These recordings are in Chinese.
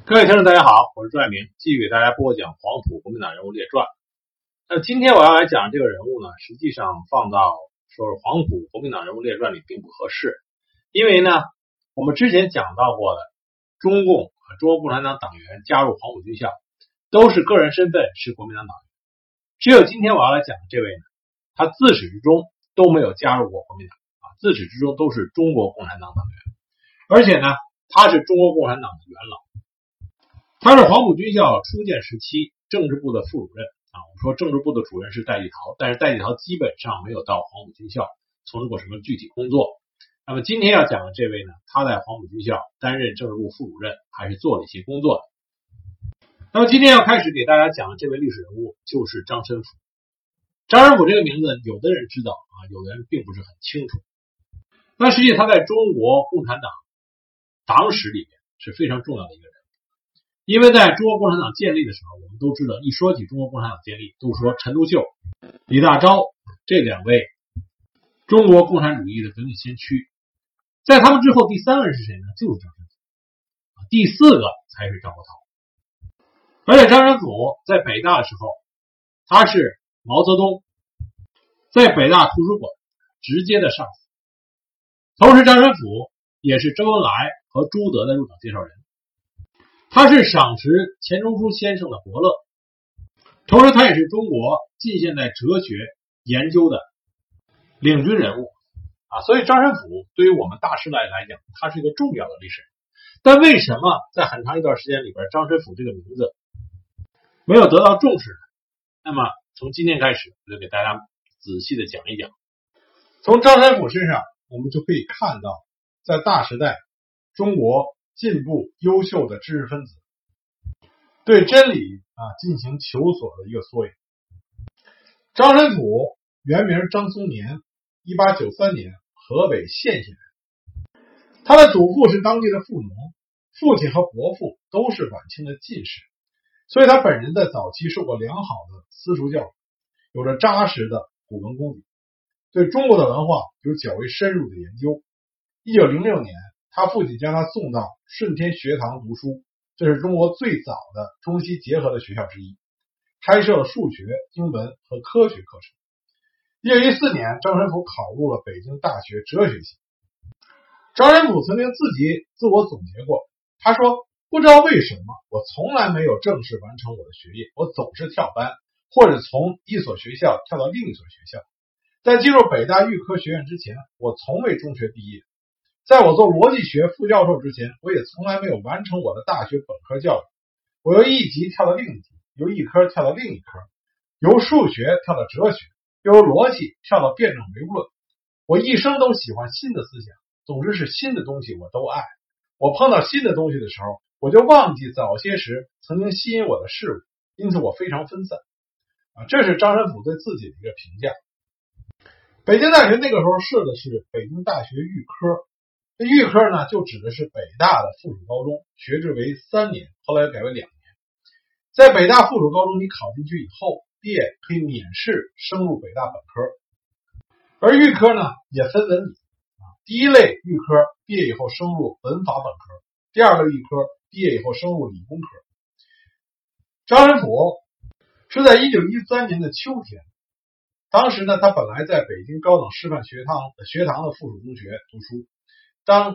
各位听众大家好，我是朱爱明，继续给大家播讲黄埔国民党人物列传。今天我要来讲这个人物呢，实际上放到说是黄埔国民党人物列传里并不合适，因为呢，我们之前讲到过的中国共产党党员加入黄埔军校，都是个人身份是国民党党员，只有今天我要来讲的这位呢，他自始至终都没有加入过国民党自始至终都是中国共产党党员，而且呢，他是中国共产党的元老。他是黄埔军校初建时期政治部的副主任我们说政治部的主任是戴季陶，但是戴季陶基本上没有到黄埔军校从事过什么具体工作。那么今天要讲的这位呢，他在黄埔军校担任政治部副主任，还是做了一些工作的。那么今天要开始给大家讲的这位历史人物就是张申府。张申府这个名字有的人知道有的人并不是很清楚。但实际他在中国共产党党史里面是非常重要的一个人。因为在中国共产党建立的时候，我们都知道，一说起中国共产党建立，都说陈独秀、李大钊这两位中国共产主义的革命先驱。在他们之后，第三位是谁呢？就是张申府。第四个才是赵国焘。而且张申府在北大的时候，他是毛泽东在北大图书馆直接的上司。同时，张申府也是周恩来和朱德的入党介绍人。他是赏识钱钟书先生的伯乐，同时他也是中国近现代哲学研究的领军人物所以张申府对于我们大时代来讲，他是一个重要的历史人。但为什么在很长一段时间里边，张申府这个名字没有得到重视呢？那么从今天开始，我就给大家仔细的讲一讲。从张申府身上，我们就可以看到，在大时代中国进步优秀的知识分子对真理进行求索的一个缩影。张申府原名张松年，1893年河北献县人。他的祖父是当地的富农，父亲和伯父都是晚清的进士，所以他本人在早期受过良好的私塾教育，有着扎实的古文功底，对中国的文化有较为深入的研究。1906年他父亲将他送到顺天学堂读书，这是中国最早的中西结合的学校之一，开设了数学、英文和科学课程。1914年张申府考入了北京大学哲学系。张申府曾经自我总结过，他说，不知道为什么我从来没有正式完成我的学业，我总是跳班，或者从一所学校跳到另一所学校。在进入北大预科学院之前，我从未中学毕业。在我做逻辑学副教授之前，我也从来没有完成我的大学本科教育。我由一级跳到另一级，由一科跳到另一科，由数学跳到哲学，又由逻辑跳到辩证唯物论。我一生都喜欢新的思想，总之是新的东西我都爱。我碰到新的东西的时候，我就忘记早些时曾经吸引我的事物，因此我非常分散。这是张申府对自己的一个评价。北京大学那个时候设的是北京大学预科。这预科呢，就指的是北大的附属高中，学制为3年，后来改为2年。在北大附属高中你考进去以后，毕业可以免试升入北大本科。而预科呢，也分文理第一类预科毕业以后升入文法本科，第二类预科毕业以后升入理工科。张申府是在1913年的秋天，当时呢，他本来在北京高等师范学堂的附属中学读书。当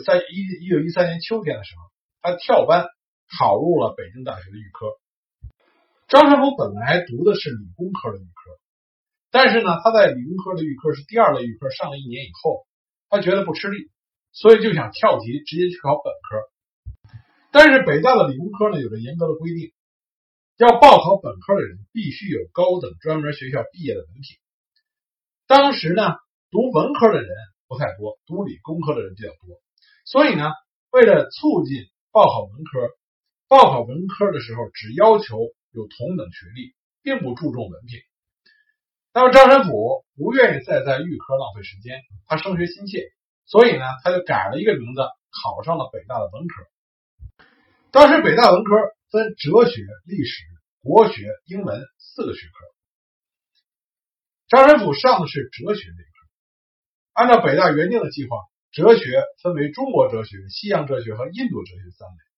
1913年秋天的时候，他跳班考入了北京大学的预科。张申府本来读的是理工科的预科，但是呢，他在理工科的预科是第二类预科上了1年以后，他觉得不吃力，所以就想跳级直接去考本科。但是北大的理工科呢，有着严格的规定，要报考本科的人必须有高等专门学校毕业的文凭。当时呢，读文科的人不太多，读理工科的人比较多，所以呢，为了促进报考文科的时候只要求有同等学历，并不注重文凭。那么张申府不愿意再在预科浪费时间，他升学心切，所以呢，他就改了一个名字，考上了北大的文科。当时北大文科分哲学、历史、国学、英文4个学科。张申府上的是哲学这一科。按照北大原定的计划，哲学分为中国哲学、西洋哲学和印度哲学3类。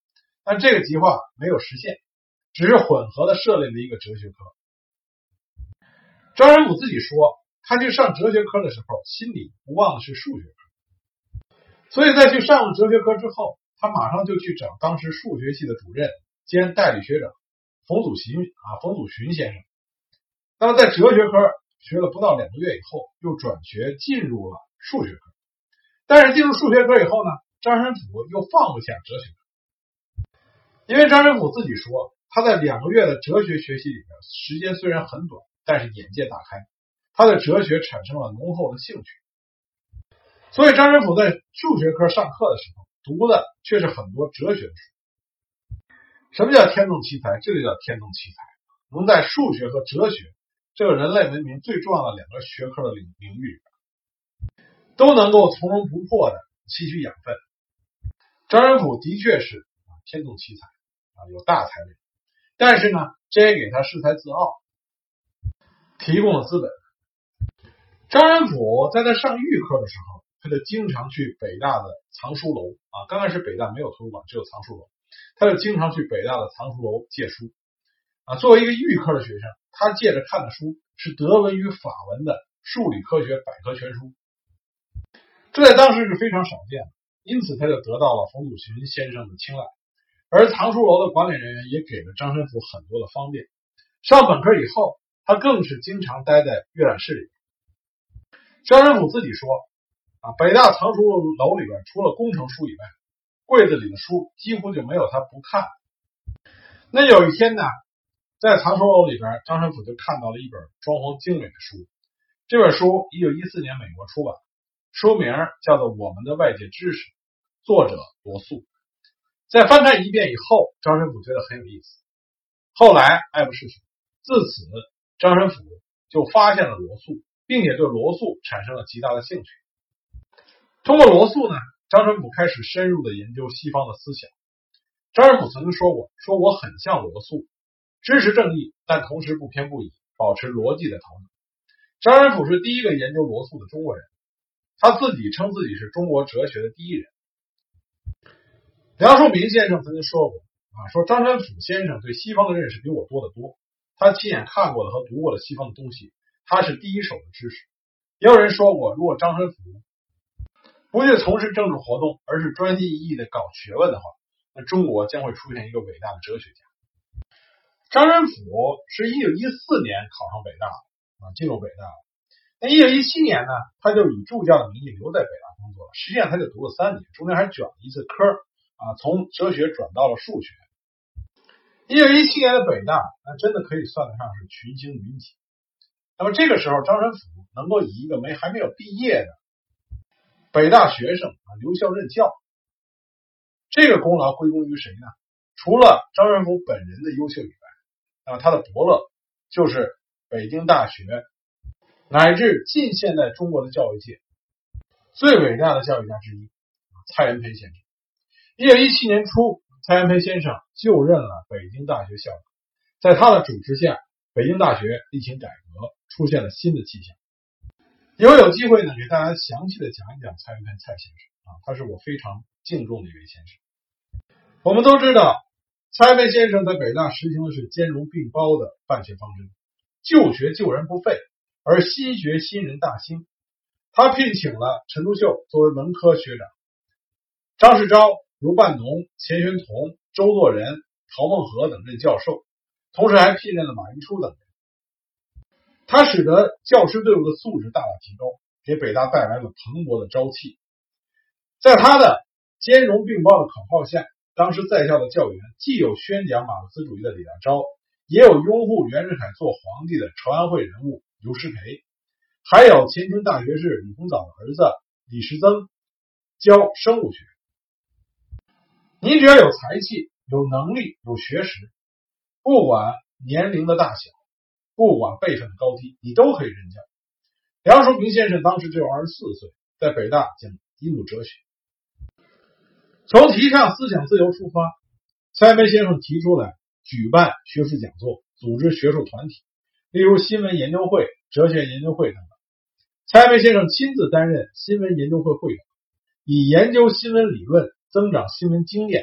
但这个计划没有实现，只是混合的设立了一个哲学科。张仁甫自己说，他去上哲学科的时候，心里不忘的是数学科，所以在去上了哲学科之后，他马上就去找当时数学系的主任兼代理学长冯祖寻先生。那么在哲学科学了不到2个月以后，又转学进入了数学科。但是进入数学科以后呢，张申府又放不下哲学科，因为张申府自己说，他在2个月的哲学学习里面，时间虽然很短，但是眼界大开，他对哲学产生了浓厚的兴趣。所以张申府在数学科上课的时候，读的却是很多哲学的书。什么叫天纵奇才？这就叫天纵奇才，能在数学和哲学这个人类文明最重要的2个学科的领域里都能够从容不迫的吸取养分。张申府的确是天纵奇才有大才能，但是呢，这也给他恃才自傲提供了资本。张申府在他上预科的时候，他就经常去北大的藏书楼刚开始北大没有图书馆，只有藏书楼，他就经常去北大的藏书楼借书作为一个预科的学生，他借着看的书是德文与法文的数理科学百科全书，这在当时是非常少见的，因此他就得到了冯祖寻先生的青睐。而藏书楼的管理人员也给了张申府很多的方便。上本科以后，他更是经常待在阅览室里。张申府自己说北大藏书楼里边除了工程书以外，柜子里的书几乎就没有他不看。那有一天呢，在藏书楼里边，张申府就看到了一本装潢精美的书。这本书1914年美国出版，书名叫做《我们的外界知识》，作者罗素。在翻看一遍以后，张申府觉得很有意思。后来爱不释手，自此张申府就发现了罗素，并且对罗素产生了极大的兴趣。通过罗素呢，张申府开始深入的研究西方的思想。张申府曾经说过，说我很像罗素，支持正义，但同时不偏不倚，保持逻辑的头脑。张申府是第一个研究罗素的中国人，他自己称自己是中国哲学的第一人。梁漱溟先生曾经说过说张申府先生对西方的认识比我多得多，他亲眼看过的和读过的西方的东西，他是第一手的知识。也有人说过，如果张申府不去从事政治活动，而是专心一意的搞学问的话，那中国将会出现一个伟大的哲学家。张申府是1914年考上北大进入北大。那1917年呢，他就以助教的名义留在北大工作了。实际上他就读了3年，中间还卷了一次科从哲学转到了数学。1917年的北大那真的可以算得上是群星云集。那么这个时候，张申府能够以一个还没有毕业的北大学生留校任教，这个功劳归功于谁呢？除了张申府本人的优秀以外，那么他的伯乐就是北京大学乃至近现代中国的教育界最伟大的教育家之一蔡元培先生。1917年初，蔡元培先生就任了北京大学校长，在他的主持下，北京大学力行改革，出现了新的气象。有机会呢，给大家详细的讲一讲蔡元培蔡先生他是我非常敬重的一位先生。我们都知道，蔡元培先生在北大实行的是兼容并包的办学方针，旧学旧人不废，而新学新人大兴。他聘请了陈独秀作为文科学长，张世钊、卢半农、钱玄同、周作人、陶孟和等任教授，同时还聘任了马寅初等人。他使得教师队伍的素质大大提高，给北大带来了蓬勃的朝气。在他的兼容并包的口号下，当时在校的教员既有宣讲马克思主义的李大钊，也有拥护袁世凯做皇帝的朝安会人物刘师培，还有前清大学士李鸿藻的儿子李时增教生物学。你只要有才气、有能力、有学识，不管年龄的大小，不管辈分的高低，你都可以任教。梁漱溟先生当时只有24岁，在北大讲印度哲学。从提倡思想自由出发，蔡元培先生提出来举办学术讲座，组织学术团体，例如新闻研究会、哲学研究会等等。蔡元培先生亲自担任新闻研究会会长，以研究新闻理论、增长新闻经验、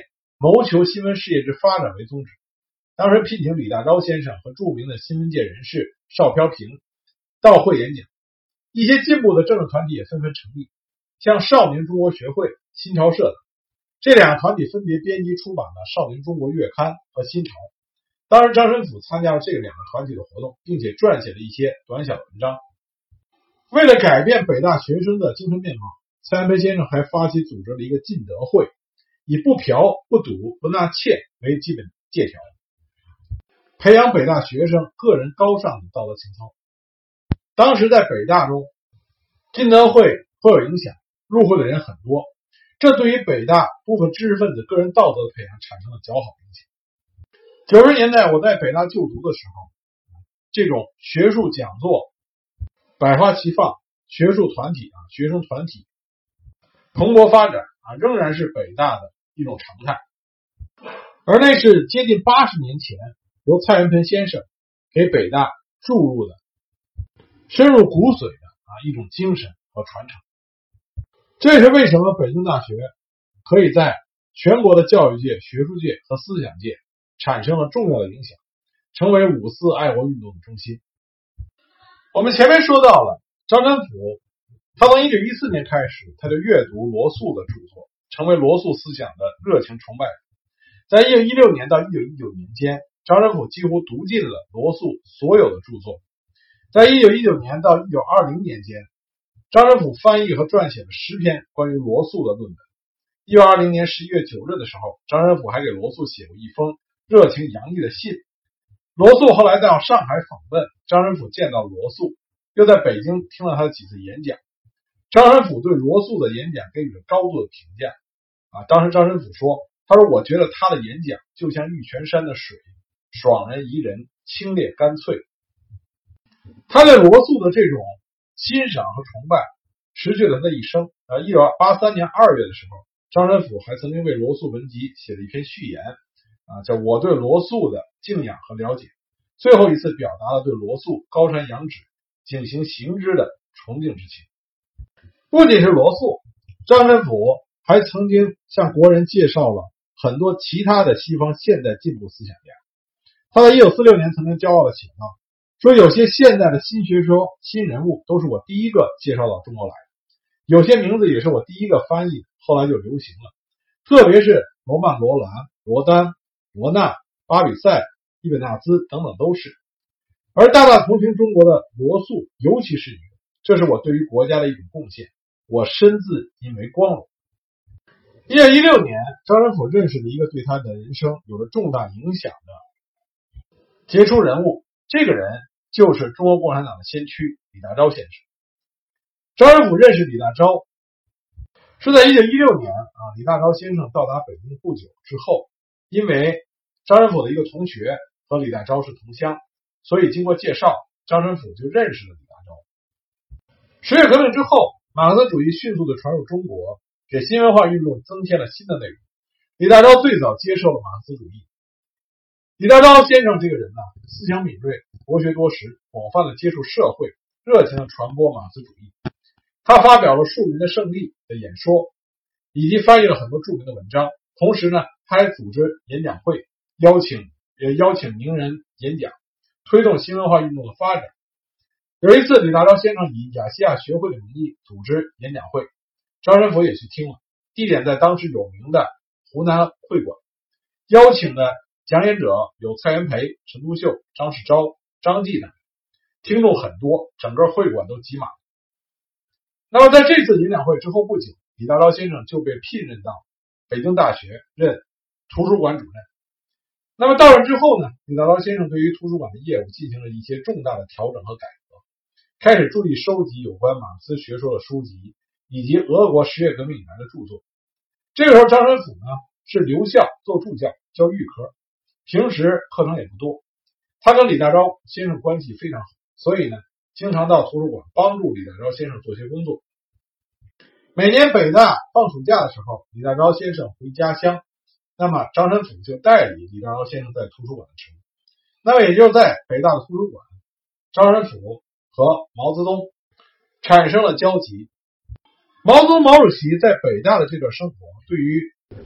谋求新闻事业之发展为宗旨。当时聘请李大钊先生和著名的新闻界人士邵飘萍到会演讲，一些进步的政治团体也纷纷成立，像少年中国学会、新潮社等。这两个团体分别编辑出版了《少年中国月刊》和《新潮》。当时张申府参加了这两个团体的活动，并且撰写了一些短小的文章。为了改变北大学生的精神面貌，蔡元培先生还发起组织了一个进德会，以不嫖、不赌、不纳妾为基本戒条，培养北大学生个人高尚的道德情操。当时在北大中，进德会颇有影响，入会的人很多，这对于北大部分知识分子个人道德的培养产生了较好影响。90年代我在北大就读的时候，这种学术讲座百花齐放，学术团体学生团体蓬勃发展仍然是北大的一种常态。而那是接近80年前由蔡元培先生给北大注入的深入骨髓的一种精神和传承。这是为什么北京大学可以在全国的教育界、学术界和思想界产生了重要的影响，成为五四爱国运动的中心。我们前面说到了张申府，他从1914年开始，他就阅读罗素的著作，成为罗素思想的热情崇拜者。在1916年到1919年间，张申府几乎读尽了罗素所有的著作。在1919年到1920年间，张申府翻译和撰写了10篇关于罗素的论文。1920年11月9日的时候，张申府还给罗素写过一封热情洋溢的信。罗素后来到上海访问，张申府见到罗素，又在北京听了他的几次演讲。张申府对罗素的演讲给予了高度的评价。当时张申府说，他说我觉得他的演讲就像玉泉山的水，爽人宜人，清冽干脆。他对罗素的这种欣赏和崇拜持续了他的一生。1983年2月的时候，张申府还曾经为罗素文集写了一篇序言，叫我对罗素的敬仰和了解，最后一次表达了对罗素高山仰止、景行行之的崇敬之情。不仅是罗素，张申府还曾经向国人介绍了很多其他的西方现代进步思想家。他在1946年曾经骄傲地写道，说有些现代的新学说、新人物都是我第一个介绍到中国来的，有些名字也是我第一个翻译，后来就流行了，特别是罗曼·罗兰、罗丹、罗纳、巴比塞、伊本纳兹等等都是。而大大同情中国的罗素尤其是一个，这是我对于国家的一种贡献，我深自因为光荣。1916年，张申府认识了一个对他的人生有着重大影响的杰出人物，这个人就是中国共产党的先驱李大钊先生。张申府认识李大钊是在1916年李大钊先生到达北京不久之后，因为张申府的一个同学和李大钊是同乡，所以经过介绍，张申府就认识了李大钊。十月革命之后，马克思主义迅速的传入中国，给新文化运动增添了新的内容。李大钊最早接受了马克思主义。李大钊先生这个人思想敏锐，博学多识，广泛的接触社会，热情的传播马克思主义。他发表了《庶民的胜利》的演说，以及翻译了很多著名的文章。同时呢，他还组织演讲会，邀请名人演讲，推动新文化运动的发展。有一次，李大钊先生以亚细亚学会的名义组织演讲会，张申府也去听了，地点在当时有名的湖南会馆。邀请的讲演者有蔡元培、陈独秀、张世钊、张继等，听众很多，整个会馆都挤满了。那么在这次演讲会之后不久，李大钊先生就被聘任到北京大学任图书馆主任。那么到任之后呢，李大钊先生对于图书馆的业务进行了一些重大的调整和改革，开始注意收集有关马克思学说的书籍，以及俄国十月革命以来的著作。这个时候张申府是留校做助教，教预科，平时课程也不多。他跟李大钊先生关系非常好，所以呢经常到图书馆帮助李大钊先生做些工作。每年北大放暑假的时候，李大钊先生回家乡，那么张申府就代理李大钊先生在图书馆的职务。那么也就在北大的图书馆，张申府和毛泽东产生了交集。毛泽东毛主席在北大的这段生活，对于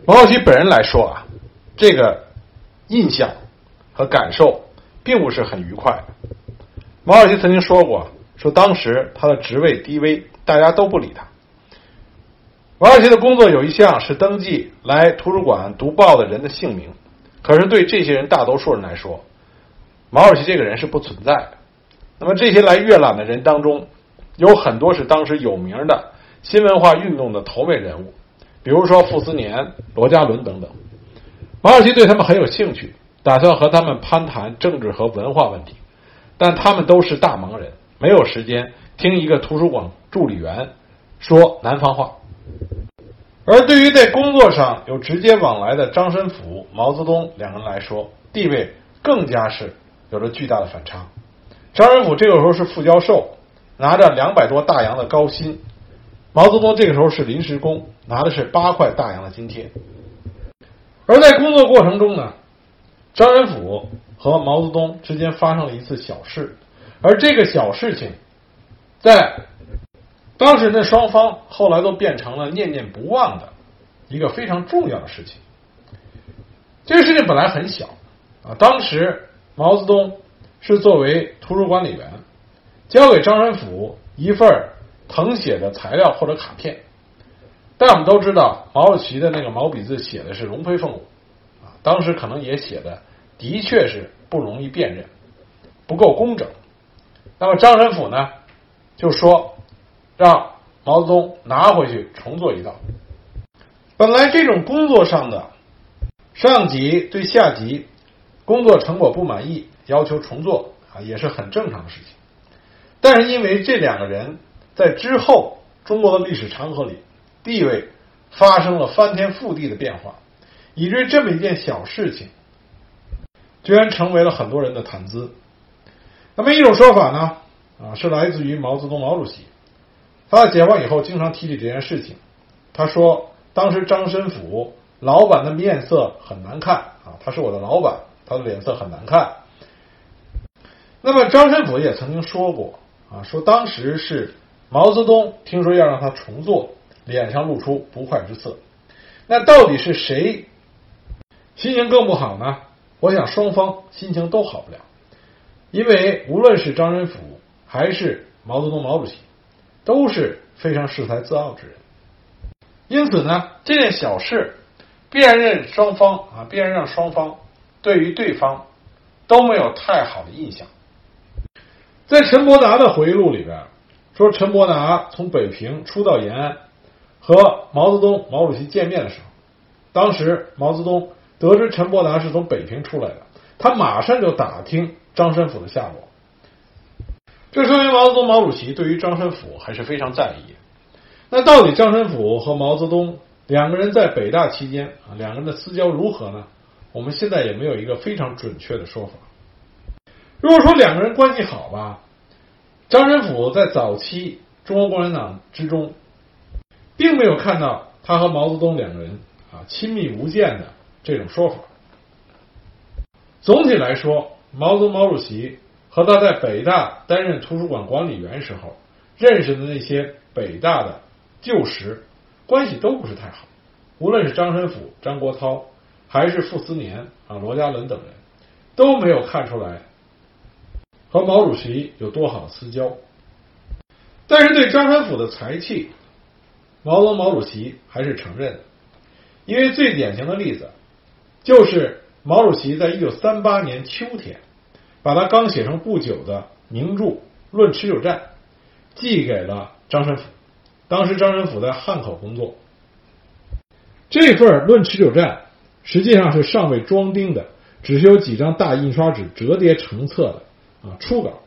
毛主席本人来说啊，这个印象和感受并不是很愉快的。毛主席曾经说过，说当时他的职位低微，大家都不理他。毛主席的工作有一项是登记来图书馆读报的人的姓名，可是对这些人大多数人来说，毛主席这个人是不存在的。那么这些来阅览的人当中，有很多是当时有名的新文化运动的头面人物，比如说傅斯年、罗家伦等等。毛主席对他们很有兴趣，打算和他们攀谈政治和文化问题，但他们都是大忙人，没有时间听一个图书馆助理员说南方话。而对于在工作上有直接往来的张申府、毛泽东两个人来说，地位更加是有着巨大的反差。张申府这个时候是副教授，拿着200多大洋的高薪，毛泽东这个时候是临时工，拿的是8块大洋的津贴。而在工作过程中呢，张申府和毛泽东之间发生了一次小事，而这个小事情在当时的双方后来都变成了念念不忘的一个非常重要的事情。这个事情本来很小啊，当时毛泽东是作为图书管理员，交给张申府一份誊写的材料或者卡片，但我们都知道毛主席的那个毛笔字写的是龙飞凤舞啊，当时可能也写的的确是不容易辨认，不够工整。那么张申府呢就说让毛泽东拿回去重做一道。本来这种工作上的上级对下级工作成果不满意，要求重做啊，也是很正常的事情。但是因为这两个人在之后中国的历史长河里地位发生了翻天覆地的变化，以致这么一件小事情居然成为了很多人的谈资。那么一种说法呢是来自于毛泽东毛主席，他在解放以后经常提起这件事情。他说当时张申府老板的面色很难看啊，他是我的老板，他的脸色很难看。那么张申府也曾经说过啊，说当时是毛泽东听说要让他重做，脸上露出不快之色。那到底是谁心情更不好呢？我想双方心情都好不了，因为无论是张申府还是毛泽东毛主席都是非常恃才自傲之人。因此呢，这件小事必然让双方对于对方都没有太好的印象。在陈伯达的回忆录里边说，陈伯达从北平初到延安，和毛泽东毛主席见面的时候，当时毛泽东得知陈伯达是从北平出来的，他马上就打听张申府的下落。这说明毛泽东毛主席对于张申府还是非常在意。那到底张申府和毛泽东两个人在北大期间两个人的私交如何呢？我们现在也没有一个非常准确的说法。如果说两个人关系好吧，张申府在早期中国共产党之中并没有看到他和毛泽东两个人亲密无间的这种说法。总体来说，毛泽东毛主席和他在北大担任图书馆管理员时候认识的那些北大的旧识关系都不是太好，无论是张申府、张国焘还是傅斯年罗家伦等人，都没有看出来和毛主席有多好的私交。但是对张申府的才气，毛泽东毛主席还是承认的。因为最典型的例子就是毛主席在1938年秋天把他刚写成不久的名著《论持久战》寄给了张申府。当时张申府在汉口工作，这份《论持久战》实际上是尚未装订的，只是有几张大印刷纸折叠成册的初稿。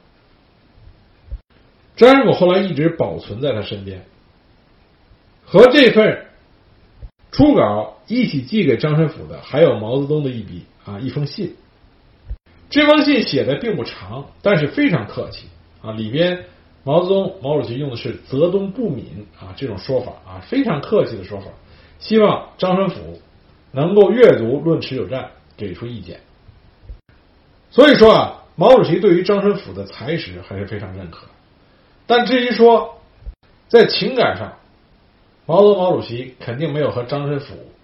张申府后来一直保存在他身边，和这份初稿一起寄给张申府的还有毛泽东的一封信。这封信写的并不长，但是非常客气里边毛泽东毛主席用的是泽东不敏这种说法非常客气的说法，希望张申府能够阅读《论持久战》给出意见。所以说毛主席对于张申府的才识还是非常认可。但至于说在情感上，毛泽东毛主席肯定没有和张申府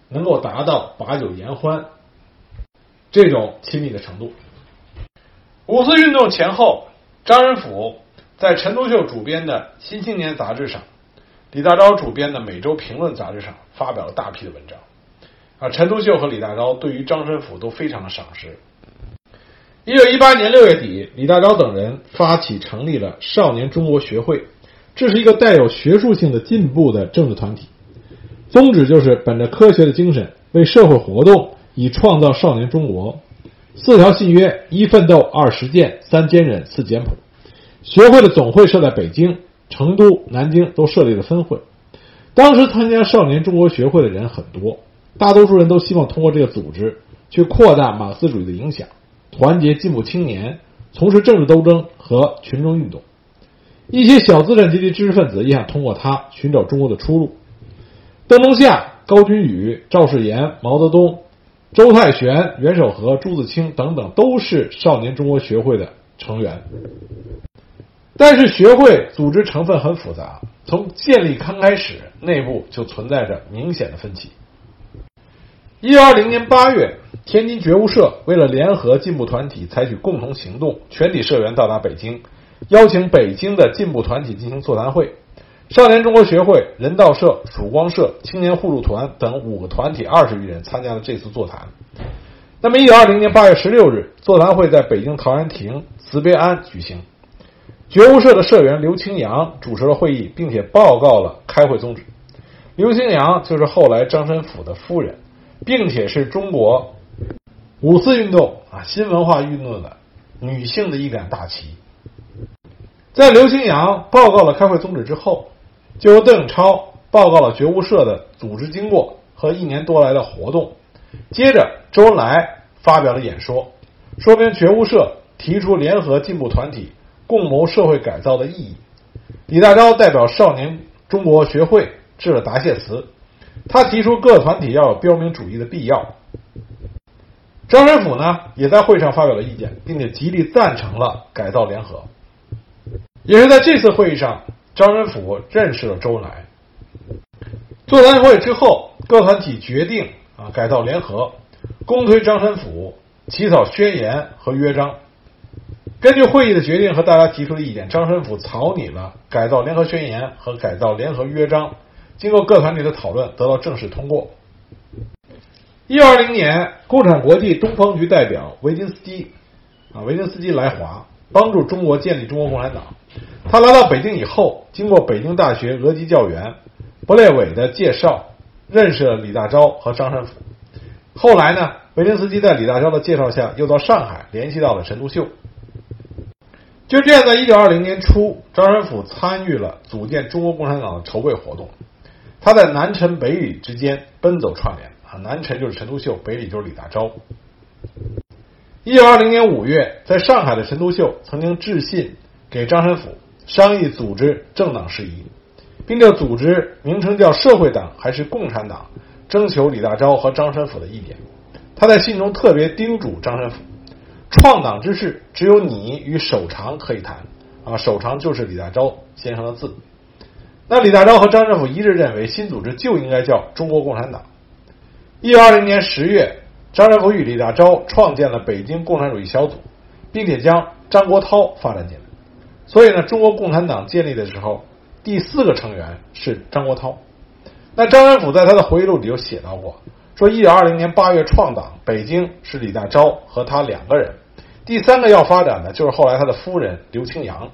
能够达到把酒言欢这种亲密的程度。五四运动前后，张仁甫在陈独秀主编的《新青年》杂志上，李大钊主编的《每周评论》杂志上发表了大批的文章。陈独秀和李大钊对于张申府都非常的赏识。1918年6月底，李大钊等人发起成立了少年中国学会，这是一个带有学术性的进步的政治团体，宗旨就是本着科学的精神，为社会活动以创造少年中国。4条信约：一奋斗，二实践，三坚忍，四简朴。学会的总会设在北京、成都、南京都设立了分会。当时参加少年中国学会的人很多，大多数人都希望通过这个组织去扩大马克思主义的影响，团结进步青年，从事政治斗争和群众运动。一些小资产阶级知识分子也想通过它寻找中国的出路。邓中夏、高君宇、赵世炎、毛泽东、周泰玄、袁守和、朱自清等等都是少年中国学会的成员。但是学会组织成分很复杂，从建立刚开始，内部就存在着明显的分歧。1920年8月，天津觉悟社为了联合进步团体采取共同行动，全体社员到达北京，邀请北京的进步团体进行座谈会。少年中国学会、人道社、曙光社、青年互助团等5个团体20余人参加了这次座谈。那么1920年8月16日，座谈会在北京陶然亭慈悲庵举行。觉悟社的社员刘清扬主持了会议，并且报告了开会宗旨。刘清扬就是后来张申府的夫人，并且是中国五四运动新文化运动的女性的一杆大旗。在刘清扬报告了开会宗旨之后，就由邓颖超报告了觉悟社的组织经过和1年多来的活动。接着周恩来发表了演说，说明觉悟社提出联合进步团体共谋社会改造的意义。李大钊代表少年中国学会致了答谢词，他提出各团体要有标明主义的必要。张申府呢也在会上发表了意见，并且极力赞成了改造联合。也是在这次会议上，张申府认识了周恩来。座谈会之后，各团体决定改造联合，公推张申府，起草宣言和约章。根据会议的决定和大家提出的意见，张申府草拟了改造联合宣言和改造联合约章，经过各团体的讨论，得到正式通过。1920年，共产国际东方局代表维金斯基来华，帮助中国建立中国共产党。他来到北京以后，经过北京大学俄籍教员博列伟的介绍，认识了李大钊和张申府。后来呢，维金斯基在李大钊的介绍下，又到上海联系到了陈独秀。就这样，在1920年初，张申府参与了组建中国共产党的筹备活动。他在南陈北李之间奔走串联南陈就是陈独秀，北李就是李大钊。1920年5月，在上海的陈独秀曾经致信给张申府，商议组织政党事宜，并就组织名称叫社会党还是共产党征求李大钊和张申府的意见。他在信中特别叮嘱张申府，创党之事只有你与守常可以谈守常就是李大钊先生的字。那李大钊和张申府一致认为，新组织就应该叫中国共产党。1920年10月，张申府与李大钊创建了北京共产主义小组，并且将张国焘发展进来。所以呢，中国共产党建立的时候，第4个成员是张国焘。那张申府在他的回忆录里有写到过，说1920年8月创党，北京是李大钊和他2个人，第3个要发展的就是后来他的夫人刘清扬。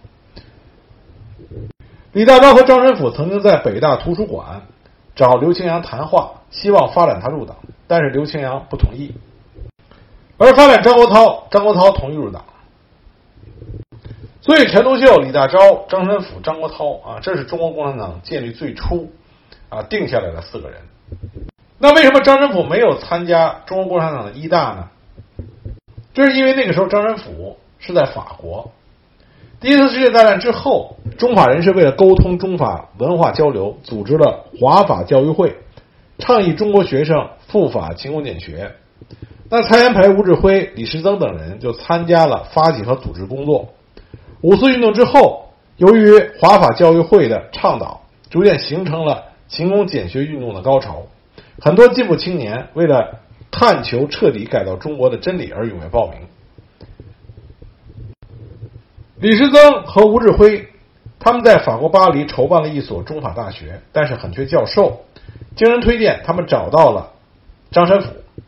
李大钊和张申府曾经在北大图书馆找刘清扬谈话，希望发展他入党，但是刘清扬不同意。而发展张国焘同意入党。所以陈独秀、李大钊、张申府、张国焘这是中国共产党建立最初定下来的4个人。那为什么张申府没有参加中国共产党的1大呢？这是因为那个时候张申府是在法国。第一次世界大战之后，中法人士为了沟通中法文化交流，组织了华法教育会，倡议中国学生赴法勤工俭学。那蔡元培、吴志辉、李时增等人就参加了发起和组织工作。五四运动之后，由于华法教育会的倡导，逐渐形成了勤工俭学运动的高潮。 很多进步青年为了探求彻底改造中国的真理而踊跃报名。李时增和吴志辉他们在法国巴黎筹办了一所中法大学，但是很缺教授，经人推荐，他们找到了张申府。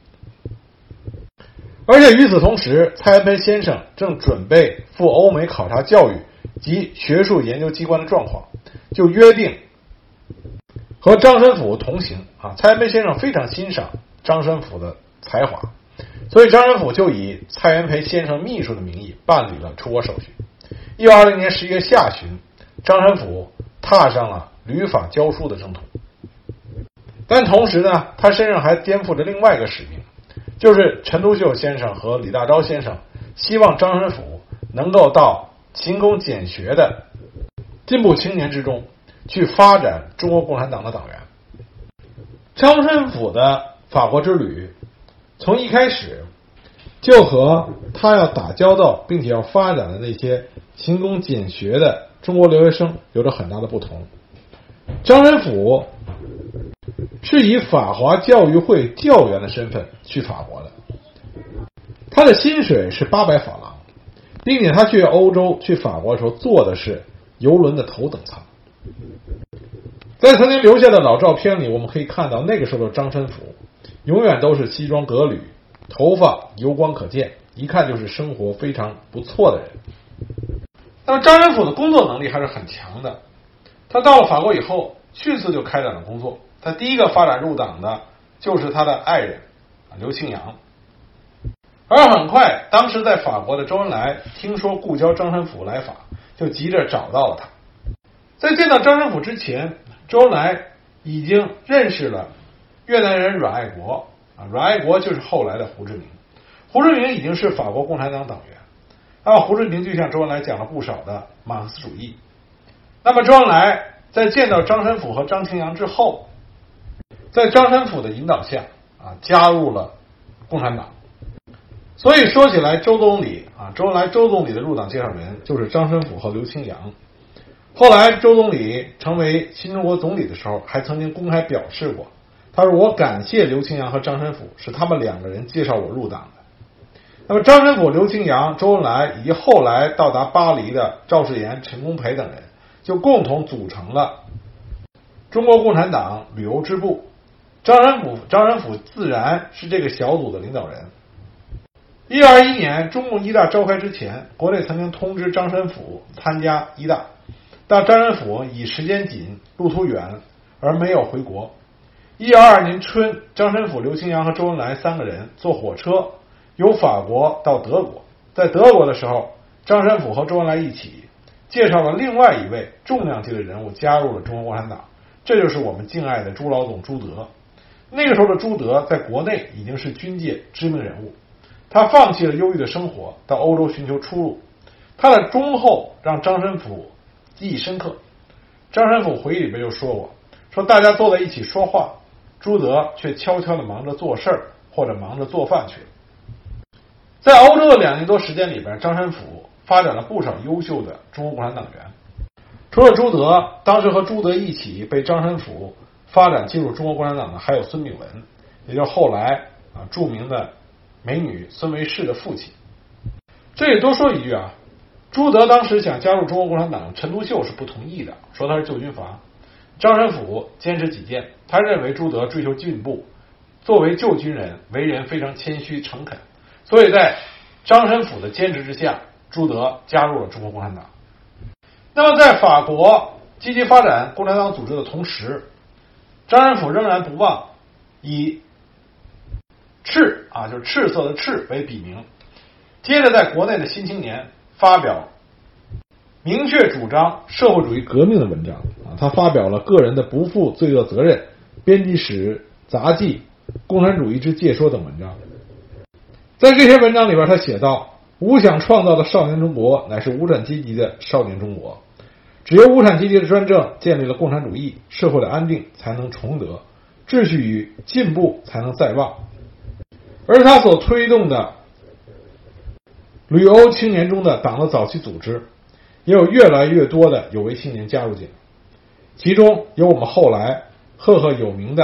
而且与此同时，蔡元培先生正准备赴欧美考察教育及学术研究机关的状况，就约定和张申府同行。蔡元培先生非常欣赏张申府的才华，所以张申府就以蔡元培先生秘书的名义办理了出国手续。1920年11月下旬，张申府踏上了旅法教书的征途。但同时呢，他身上还肩负着另外一个使命，就是陈独秀先生和李大钊先生希望张申府能够到勤工俭学的进步青年之中去发展中国共产党的党员。张申府的法国之旅从一开始就和他要打交道并且要发展的那些勤工俭学的中国留学生有着很大的不同。张申府是以法华教育会教员的身份去法国的，他的薪水是800法郎，并且他去欧洲去法国的时候坐的是游轮的头等舱。在曾经留下的老照片里，我们可以看到那个时候的张申府永远都是西装革履，头发油光可见，一看就是生活非常不错的人。那么张申府的工作能力还是很强的，他到了法国以后迅速就开展了工作。他第一个发展入党的就是他的爱人刘庆阳，而很快当时在法国的周恩来听说故交张申府来法，就急着找到了他。在见到张申府之前，周恩来已经认识了越南人阮爱国，阮爱国就是后来的胡志明。胡志明已经是法国共产党党员，那么胡志明就向周恩来讲了不少的马克思主义。那么周恩来在见到张申府和张庆阳之后，在张申府的引导下加入了共产党。所以说起来，周总理周恩来周总理的入党介绍人就是张申府和刘清扬。后来周总理成为新中国总理的时候，还曾经公开表示过，他说我感谢刘清扬和张申府，是他们2个人介绍我入党的。那么张申府、刘清扬、周恩来以及后来到达巴黎的赵世炎、陈公培等人，就共同组成了中国共产党旅游支部。张申府自然是这个小组的领导人。1921年中共一大召开之前，国内曾经通知张申府参加一大，但张申府以时间紧、路途远而没有回国。1922年春，张申府、刘清扬和周恩来3个人坐火车由法国到德国。在德国的时候，张申府和周恩来一起介绍了另外一位重量级的人物加入了中国共产党，这就是我们敬爱的朱老总朱德。那个时候的朱德在国内已经是军界知名人物，他放弃了优越的生活，到欧洲寻求出路。他的忠厚让张申府记忆深刻。张申府回忆里边就说过，说大家坐在一起说话，朱德却悄悄地忙着做事儿或者忙着做饭去了。在欧洲的2年多时间里边，张申府发展了不少优秀的中国共产党员。除了朱德，当时和朱德一起被张申府发展进入中国共产党的还有孙炳文，也就是后来著名的美女孙维世的父亲。这里多说一句朱德当时想加入中国共产党，陈独秀是不同意的，说他是旧军阀。张申府坚持己见，他认为朱德追求进步，作为旧军人，为人非常谦虚诚恳，所以在张申府的坚持之下，朱德加入了中国共产党。那么在法国积极发展共产党组织的同时，张申府仍然不忘以赤就是赤色的赤为笔名，接着在国内的新青年发表明确主张社会主义革命的文章他发表了个人的不负罪恶责任、编辑史、杂记、共产主义之介说等文章。在这些文章里边，他写道，吾想创造的少年中国乃是无产阶级的少年中国，只有无产阶级的专政建立了共产主义，社会的安定才能重得，秩序与进步才能再旺。而他所推动的旅欧青年中的党的早期组织，也有越来越多的有为青年加入进来，其中有我们后来赫赫有名的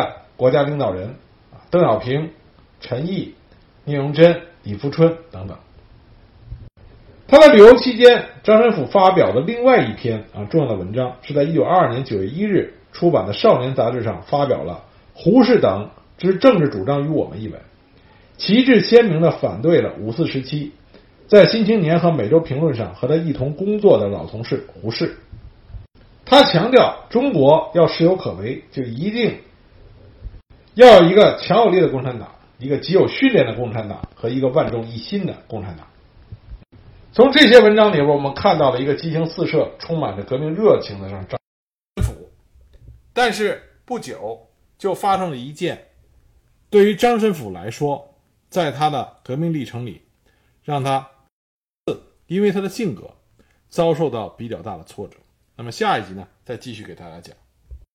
国家领导人邓小平、陈毅、聂荣臻、李富春等等。他在旅游期间，张申府发表的另外一篇重要的文章，是在1922年9月1日出版的《少年》杂志上发表了《胡适等之政治主张与我们》一文，旗帜鲜明地反对了5·4时期在《新青年》和《每周评论》上和他一同工作的老同事胡适。他强调，中国要势有可为，就一定要有一个强有力的共产党，一个极有训练的共产党和一个万众一心的共产党。从这些文章里边，我们看到了一个激情四射、充满着革命热情的张申府。但是不久就发生了一件对于张申府来说，在他的革命历程里，让他因为他的性格遭受到比较大的挫折。那么下一集呢，再继续给大家讲。